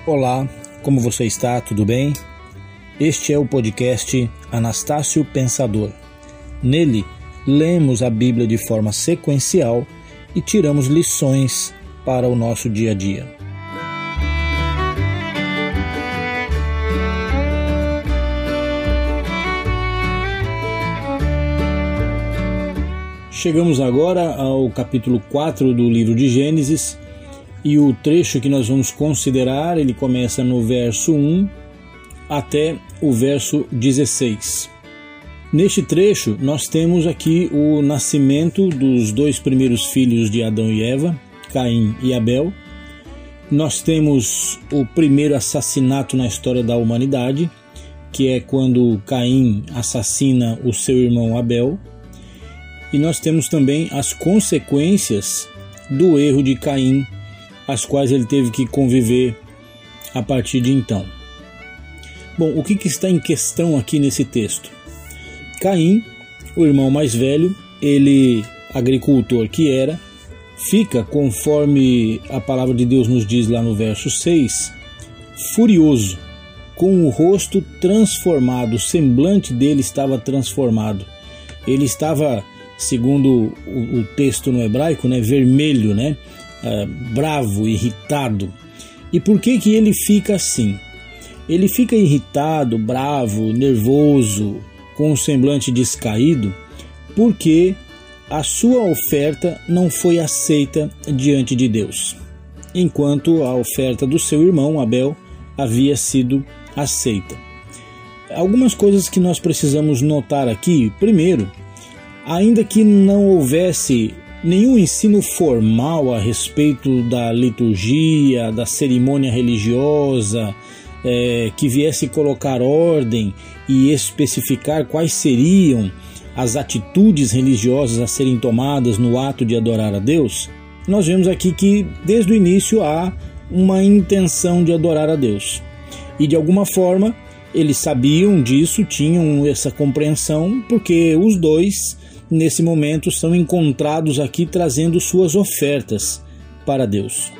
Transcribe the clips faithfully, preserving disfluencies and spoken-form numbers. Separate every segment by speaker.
Speaker 1: Olá, como você está? Tudo bem? Este é o podcast Anastácio Pensador. Nele, lemos a Bíblia de forma sequencial e tiramos lições para o nosso dia a dia. Chegamos agora ao capítulo quatro do livro de Gênesis e o trecho que nós vamos considerar, ele começa no verso um até o verso dezesseis. Neste trecho nós temos aqui o nascimento dos dois primeiros filhos de Adão e Eva, Caim e Abel. Nós temos o primeiro assassinato na história da humanidade, que é quando Caim assassina o seu irmão Abel. E nós temos também as consequências do erro de Caim, as quais ele teve que conviver a partir de então. Bom, o que, que está em questão aqui nesse texto? Caim, o irmão mais velho, ele, agricultor que era, fica, conforme a palavra de Deus nos diz lá no verso seis, furioso, com o rosto transformado, o semblante dele estava transformado. Ele estava, segundo o, o texto no hebraico, né, vermelho, né, uh, bravo, irritado. E por que que ele fica assim? Ele fica irritado, bravo, nervoso, com um semblante descaído, porque a sua oferta não foi aceita diante de Deus, enquanto a oferta do seu irmão Abel havia sido aceita. Algumas coisas que nós precisamos notar aqui. Primeiro, ainda que não houvesse nenhum ensino formal a respeito da liturgia, da cerimônia religiosa, é, que viesse colocar ordem e especificar quais seriam as atitudes religiosas a serem tomadas no ato de adorar a Deus, nós vemos aqui que desde o início há uma intenção de adorar a Deus. E de alguma forma eles sabiam disso, tinham essa compreensão, porque os dois nesse momento são encontrados aqui trazendo suas ofertas para Deus.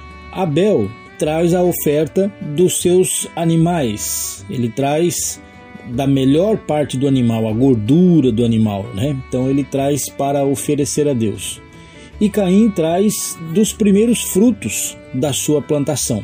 Speaker 1: Abel traz a oferta dos seus animais, ele traz da melhor parte do animal, a gordura do animal, né? Então ele traz para oferecer a Deus. E Caim traz dos primeiros frutos da sua plantação.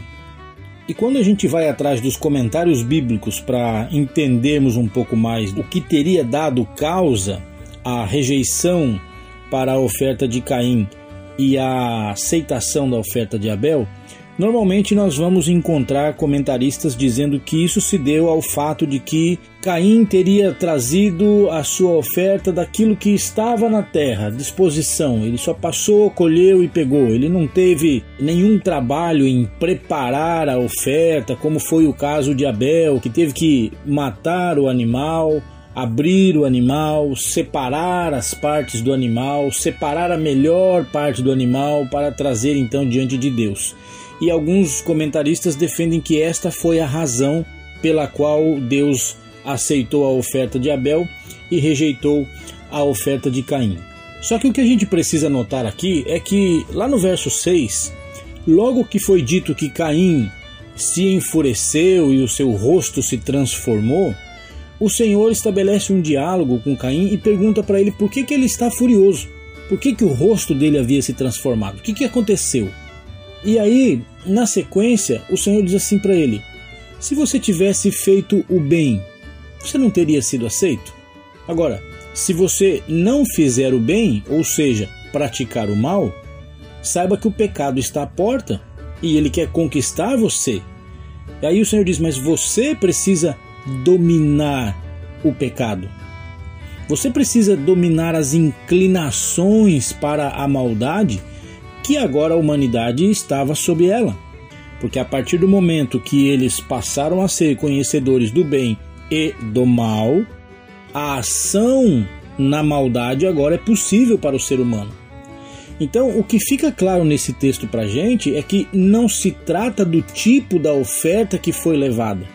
Speaker 1: E quando a gente vai atrás dos comentários bíblicos para entendermos um pouco mais o que teria dado causa à rejeição para a oferta de Caim e a aceitação da oferta de Abel, normalmente nós vamos encontrar comentaristas dizendo que isso se deu ao fato de que Caim teria trazido a sua oferta daquilo que estava na terra, disposição. Ele só passou, colheu e pegou. Ele não teve nenhum trabalho em preparar a oferta, como foi o caso de Abel, que teve que matar o animal, abrir o animal, separar as partes do animal, separar a melhor parte do animal para trazer então diante de Deus. E alguns comentaristas defendem que esta foi a razão pela qual Deus aceitou a oferta de Abel e rejeitou a oferta de Caim. Só que o que a gente precisa notar aqui é que lá no verso seis, logo que foi dito que Caim se enfureceu e o seu rosto se transformou, o Senhor estabelece um diálogo com Caim e pergunta para ele por que que ele está furioso, por que que o rosto dele havia se transformado, o que que aconteceu. E aí, na sequência, o Senhor diz assim para ele: se você tivesse feito o bem, você não teria sido aceito? Agora, se você não fizer o bem, ou seja, praticar o mal, saiba que o pecado está à porta e ele quer conquistar você. E aí o Senhor diz: mas você precisa dominar o pecado. Você precisa dominar as inclinações para a maldade que agora a humanidade estava sob ela. Porque a partir do momento que eles passaram a ser conhecedores do bem e do mal, a ação na maldade agora é possível para o ser humano. Então, o que fica claro nesse texto para a gente é que não se trata do tipo da oferta que foi levada,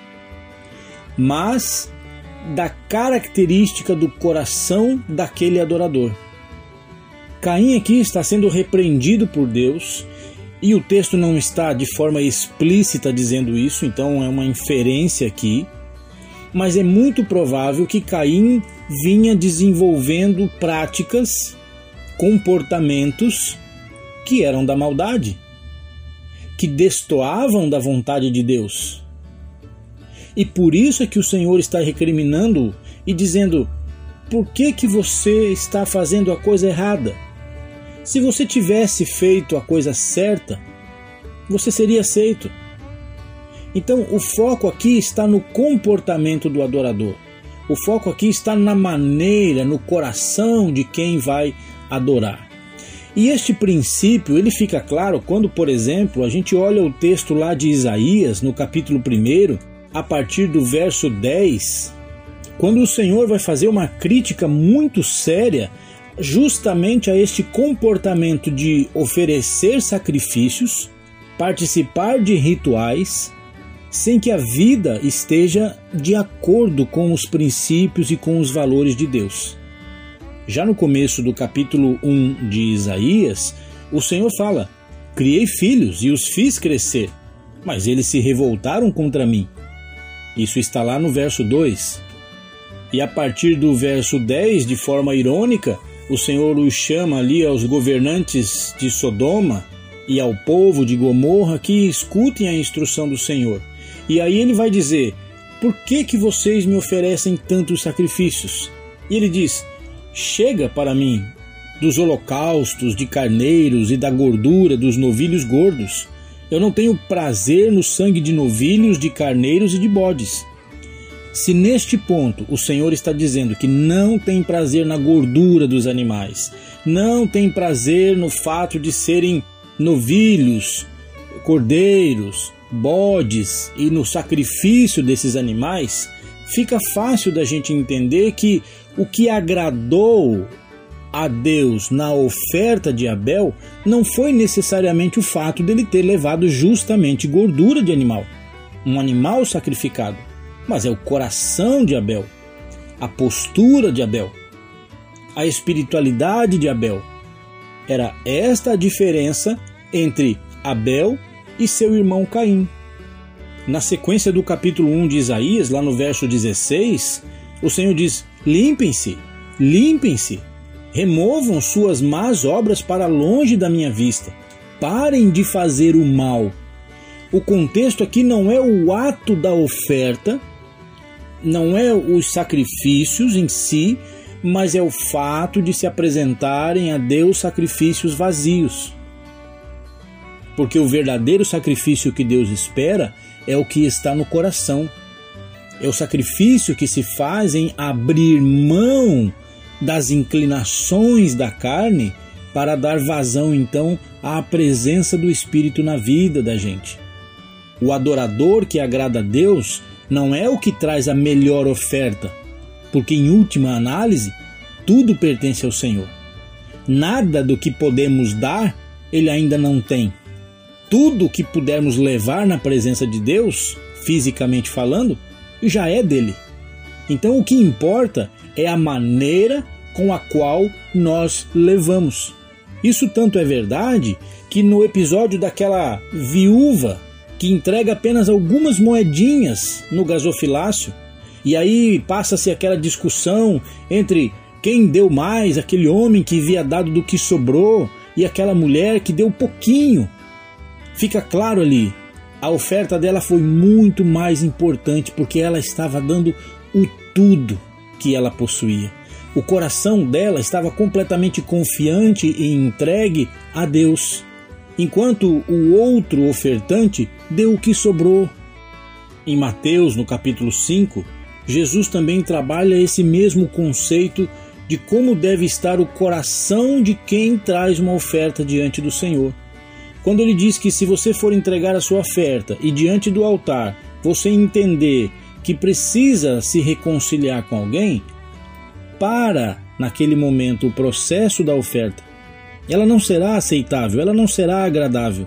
Speaker 1: mas da característica do coração daquele adorador. Caim aqui está sendo repreendido por Deus E o texto não está de forma explícita dizendo isso, então é uma inferência aqui. Mas é muito provável que Caim vinha desenvolvendo práticas, comportamentos que eram da maldade, que destoavam da vontade de Deus. E por isso é que o Senhor está recriminando e dizendo: por que que você está fazendo a coisa errada? Se você tivesse feito a coisa certa, você seria aceito. Então o foco aqui está no comportamento do adorador. O foco aqui está na maneira, no coração de quem vai adorar. E este princípio, ele fica claro quando, por exemplo, a gente olha o texto lá de Isaías, no capítulo primeiro, a partir do verso dez, quando o Senhor vai fazer uma crítica muito séria justamente a este comportamento de oferecer sacrifícios, participar de rituais, sem que a vida esteja de acordo com os princípios e com os valores de Deus. Já no começo do capítulo um de Isaías, o Senhor fala: criei filhos e os fiz crescer, mas eles se revoltaram contra mim. Isso está lá no verso dois. E a partir do verso dez, de forma irônica, o Senhor os chama ali aos governantes de Sodoma e ao povo de Gomorra que escutem a instrução do Senhor. E aí ele vai dizer: por que que vocês me oferecem tantos sacrifícios? E ele diz: chega para mim dos holocaustos de carneiros e da gordura dos novilhos gordos. Eu não tenho prazer no sangue de novilhos, de carneiros e de bodes. Se neste ponto o Senhor está dizendo que não tem prazer na gordura dos animais, não tem prazer no fato de serem novilhos, cordeiros, bodes e no sacrifício desses animais, fica fácil da gente entender que o que agradou a Deus na oferta de Abel não foi necessariamente o fato dele ter levado justamente gordura de animal, um animal sacrificado, mas é o coração de Abel, a postura de Abel, a espiritualidade de Abel. Era esta a diferença entre Abel e seu irmão Caim. Na sequência do capítulo um de Isaías, lá no verso dezesseis, o Senhor diz: limpem-se, limpem-se, removam suas más obras para longe da minha vista, parem de fazer o mal. O contexto aqui não é o ato da oferta, não é os sacrifícios em si, mas é o fato de se apresentarem a Deus sacrifícios vazios. Porque o verdadeiro sacrifício que Deus espera é o que está no coração. É o sacrifício que se faz em abrir mão das inclinações da carne para dar vazão, então, à presença do Espírito na vida da gente. O adorador que agrada a Deus não é o que traz a melhor oferta, porque, em última análise, tudo pertence ao Senhor. Nada do que podemos dar, Ele ainda não tem. Tudo que pudermos levar na presença de Deus, fisicamente falando, já é dele. Então o que importa é a maneira com a qual nós levamos. Isso tanto é verdade que no episódio daquela viúva que entrega apenas algumas moedinhas no gasofilácio, e aí passa-se aquela discussão entre quem deu mais, aquele homem que havia dado do que sobrou e aquela mulher que deu pouquinho. Fica claro ali, a oferta dela foi muito mais importante porque ela estava dando o tudo que ela possuía. O coração dela estava completamente confiante e entregue a Deus, enquanto o outro ofertante deu o que sobrou. Em Mateus, no capítulo cinco, Jesus também trabalha esse mesmo conceito de como deve estar o coração de quem traz uma oferta diante do Senhor. Quando ele diz que se você for entregar a sua oferta e diante do altar você entender que precisa se reconciliar com alguém, para naquele momento o processo da oferta. Ela não será aceitável, ela não será agradável.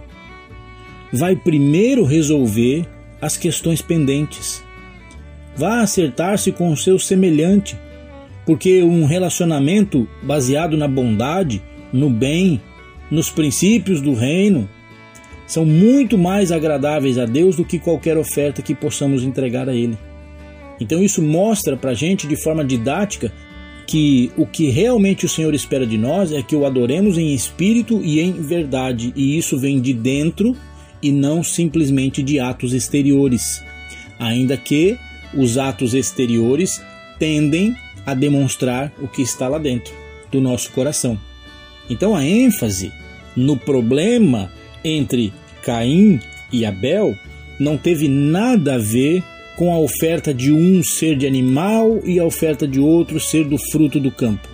Speaker 1: Vai primeiro resolver as questões pendentes. Vá acertar-se com o seu semelhante, porque um relacionamento baseado na bondade, no bem, nos princípios do reino, são muito mais agradáveis a Deus do que qualquer oferta que possamos entregar a Ele. Então isso mostra para a gente de forma didática que o que realmente o Senhor espera de nós é que o adoremos em espírito e em verdade, e isso vem de dentro e não simplesmente de atos exteriores, ainda que os atos exteriores tendem a demonstrar o que está lá dentro do nosso coração. Então a ênfase no problema entre Caim e Abel não teve nada a ver com a oferta de um ser de animal e a oferta de outro ser do fruto do campo,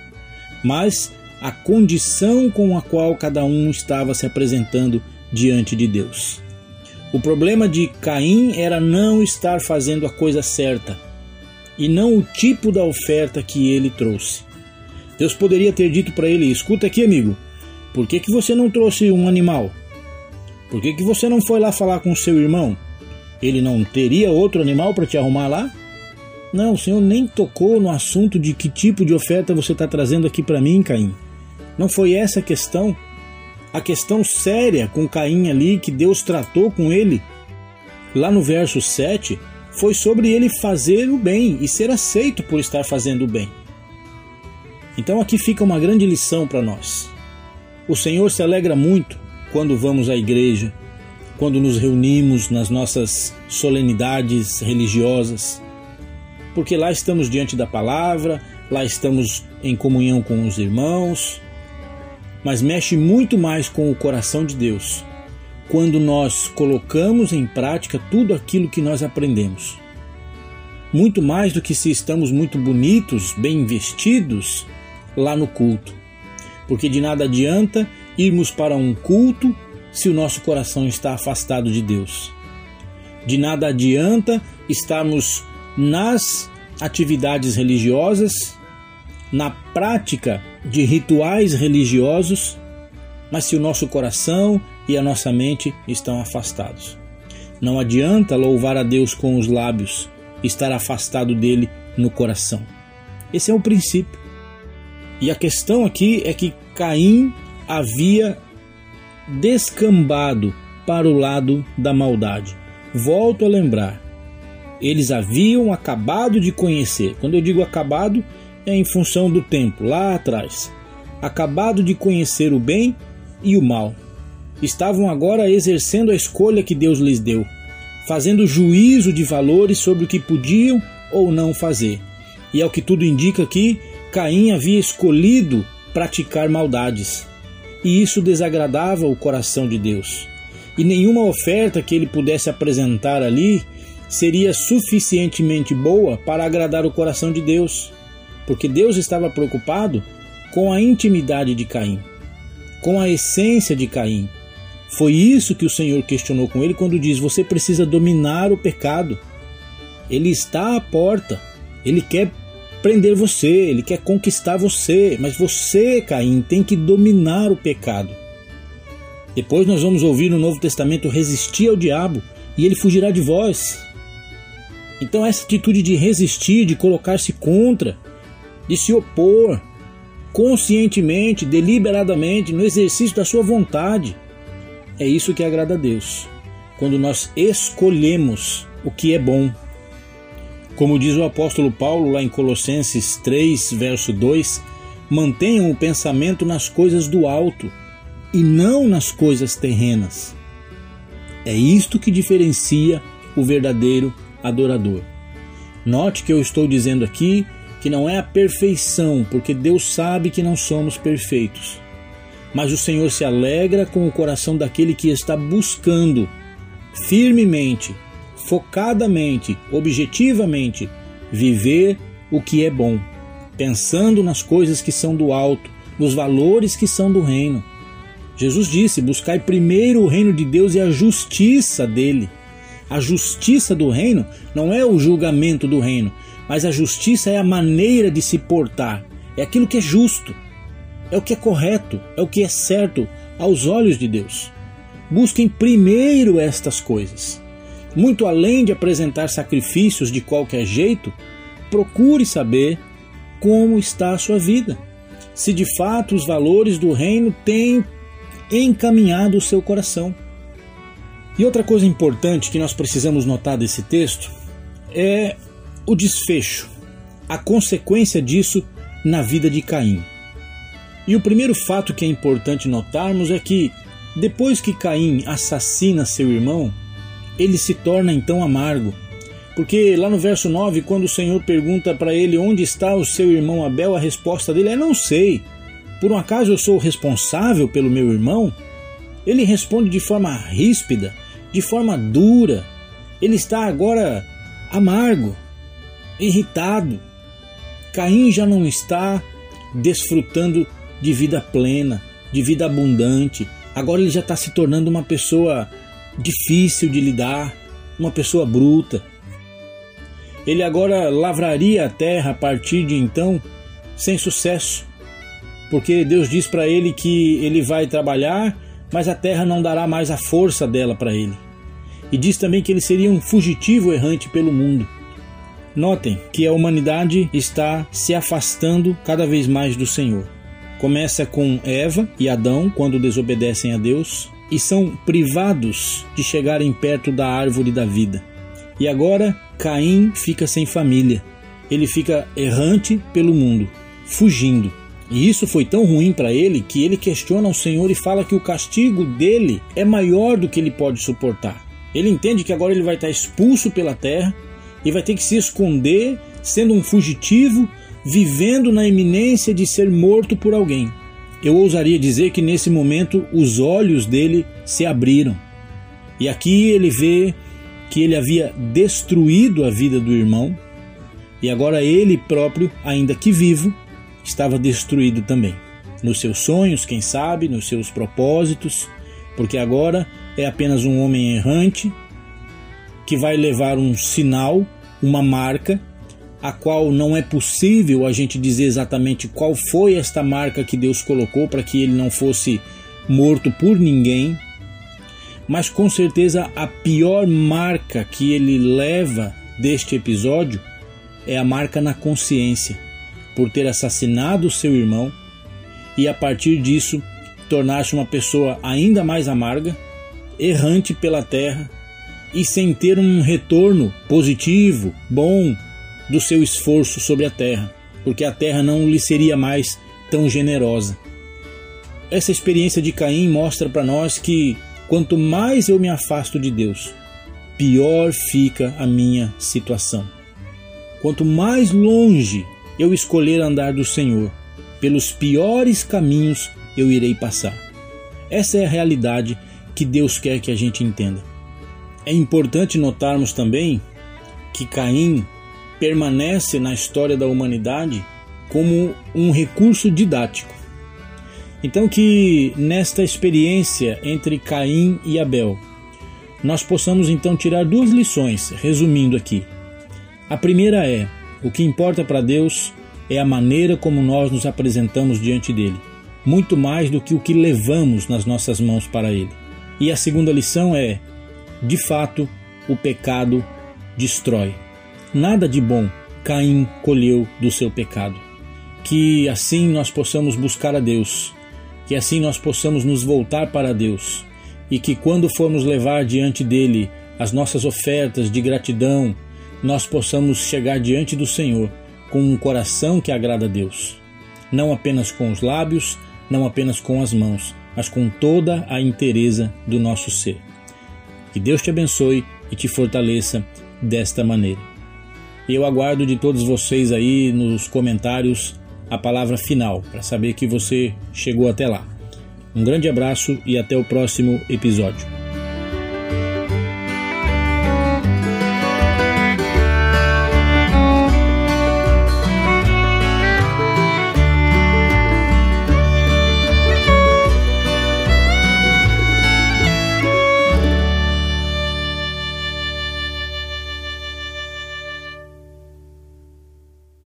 Speaker 1: mas a condição com a qual cada um estava se apresentando diante de Deus. O problema de Caim era não estar fazendo a coisa certa, e não o tipo da oferta que ele trouxe. Deus poderia ter dito para ele: escuta aqui, amigo, por que que você não trouxe um animal? Por que que você não foi lá falar com o seu irmão? Ele não teria outro animal para te arrumar lá? Não, o Senhor nem tocou no assunto de que tipo de oferta você está trazendo aqui para mim, Caim. Não foi essa a questão. A questão séria com Caim ali, que Deus tratou com ele, lá no verso sete, foi sobre ele fazer o bem e ser aceito por estar fazendo o bem. Então aqui fica uma grande lição para nós. O Senhor se alegra muito quando vamos à igreja, quando nos reunimos nas nossas solenidades religiosas, porque lá estamos diante da palavra, lá estamos em comunhão com os irmãos, mas mexe muito mais com o coração de Deus quando nós colocamos em prática tudo aquilo que nós aprendemos. Muito mais do que se estamos muito bonitos, bem vestidos lá no culto, porque de nada adianta irmos para um culto se o nosso coração está afastado de Deus. De nada adianta estarmos nas atividades religiosas, na prática de rituais religiosos, mas se o nosso coração e a nossa mente estão afastados. Não adianta louvar a Deus com os lábios, estar afastado dele no coração. Esse é o princípio. E a questão aqui é que Caim havia descambado para o lado da maldade. Volto a lembrar, eles haviam acabado de conhecer. Quando eu digo acabado, é em função do tempo, lá atrás. Acabado de conhecer o bem e o mal. Estavam agora exercendo a escolha que Deus lhes deu, fazendo juízo de valores sobre o que podiam ou não fazer. E ao que tudo indica aqui, Caim havia escolhido praticar maldades. E isso desagradava o coração de Deus. E nenhuma oferta que ele pudesse apresentar ali seria suficientemente boa para agradar o coração de Deus, porque Deus estava preocupado com a intimidade de Caim, com a essência de Caim. Foi isso que o Senhor questionou com ele quando diz: você precisa dominar o pecado. Ele está à porta, ele quer prender você, ele quer conquistar você, mas você, Caim, tem que dominar o pecado. Depois nós vamos ouvir no Novo Testamento: resistir ao diabo e ele fugirá de vós. Então essa atitude de resistir, de colocar-se contra, de se opor conscientemente, deliberadamente, no exercício da sua vontade, é isso que agrada a Deus, quando nós escolhemos o que é bom. Como diz o apóstolo Paulo lá em Colossenses três, verso dois, mantenham o pensamento nas coisas do alto e não nas coisas terrenas. É isto que diferencia o verdadeiro adorador. Note que eu estou dizendo aqui que não é a perfeição, porque Deus sabe que não somos perfeitos. Mas o Senhor se alegra com o coração daquele que está buscando firmemente, focadamente, objetivamente, viver o que é bom, pensando nas coisas que são do alto, nos valores que são do reino. Jesus disse: buscai primeiro o reino de Deus e a justiça dele. A justiça do reino não é o julgamento do reino, mas a justiça é a maneira de se portar, é aquilo que é justo, é o que é correto, é o que é certo aos olhos de Deus. Busquem primeiro estas coisas. Muito além de apresentar sacrifícios de qualquer jeito, procure saber como está a sua vida, se de fato os valores do reino têm encaminhado o seu coração. E outra coisa importante que nós precisamos notar desse texto é o desfecho, a consequência disso na vida de Caim. E o primeiro fato que é importante notarmos é que depois que Caim assassina seu irmão, ele se torna então amargo. Porque lá no verso nove, quando o Senhor pergunta para ele onde está o seu irmão Abel, a resposta dele é: não sei. Por um acaso eu sou responsável pelo meu irmão? Ele responde de forma ríspida, de forma dura. Ele está agora amargo, irritado. Caim já não está desfrutando de vida plena, de vida abundante. Agora ele já está se tornando uma pessoa difícil de lidar, uma pessoa bruta. Ele agora lavraria a terra a partir de então sem sucesso, porque Deus diz para ele que ele vai trabalhar, mas a terra não dará mais a força dela para ele. E diz também que ele seria um fugitivo errante pelo mundo. Notem que a humanidade está se afastando cada vez mais do Senhor. Começa com Eva e Adão quando desobedecem a Deus e são privados de chegarem perto da árvore da vida. E agora Caim fica sem família. Ele fica errante pelo mundo, fugindo. E isso foi tão ruim para ele que ele questiona o Senhor e fala que o castigo dele é maior do que ele pode suportar. Ele entende que agora ele vai estar expulso pela terra e vai ter que se esconder, sendo um fugitivo, vivendo na iminência de ser morto por alguém. Eu ousaria dizer que nesse momento os olhos dele se abriram. E aqui ele vê que ele havia destruído a vida do irmão e agora ele próprio, ainda que vivo, estava destruído também. Nos seus sonhos, quem sabe, nos seus propósitos, porque agora é apenas um homem errante que vai levar um sinal, uma marca, a qual não é possível a gente dizer exatamente qual foi esta marca que Deus colocou para que ele não fosse morto por ninguém, mas com certeza a pior marca que ele leva deste episódio é a marca na consciência, por ter assassinado seu irmão e a partir disso tornar-se uma pessoa ainda mais amarga, errante pela terra e sem ter um retorno positivo, bom, do seu esforço sobre a terra, porque a terra não lhe seria mais tão generosa. Essa experiência de Caim mostra para nós que quanto mais eu me afasto de Deus, pior fica a minha situação. Quanto mais longe eu escolher andar do Senhor, pelos piores caminhos eu irei passar. Essa é a realidade que Deus quer que a gente entenda. É importante notarmos também que Caim permanece na história da humanidade como um recurso didático. Então que nesta experiência entre Caim e Abel, nós possamos então tirar duas lições, resumindo aqui. A primeira é, o que importa para Deus é a maneira como nós nos apresentamos diante dele, muito mais do que o que levamos nas nossas mãos para ele. E a segunda lição é, de fato, o pecado destrói. Nada de bom Caim colheu do seu pecado. Que assim nós possamos buscar a Deus, que assim nós possamos nos voltar para Deus e que quando formos levar diante dele as nossas ofertas de gratidão, nós possamos chegar diante do Senhor com um coração que agrada a Deus, não apenas com os lábios, não apenas com as mãos, mas com toda a inteireza do nosso ser. Que Deus te abençoe e te fortaleça desta maneira. Eu aguardo de todos vocês aí nos comentários a palavra final, para saber que você chegou até lá. Um grande abraço e até o próximo episódio.